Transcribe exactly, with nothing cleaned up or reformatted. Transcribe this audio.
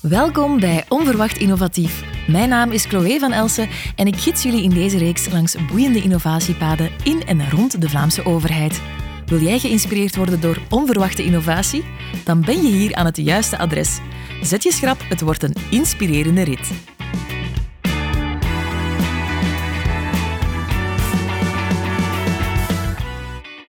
Welkom bij Onverwacht Innovatief. Mijn naam is Chloé van Elsen en ik gids jullie in deze reeks langs boeiende innovatiepaden in en rond de Vlaamse overheid. Wil jij geïnspireerd worden door onverwachte innovatie? Dan ben je hier aan het juiste adres. Zet je schrap, het wordt een inspirerende rit.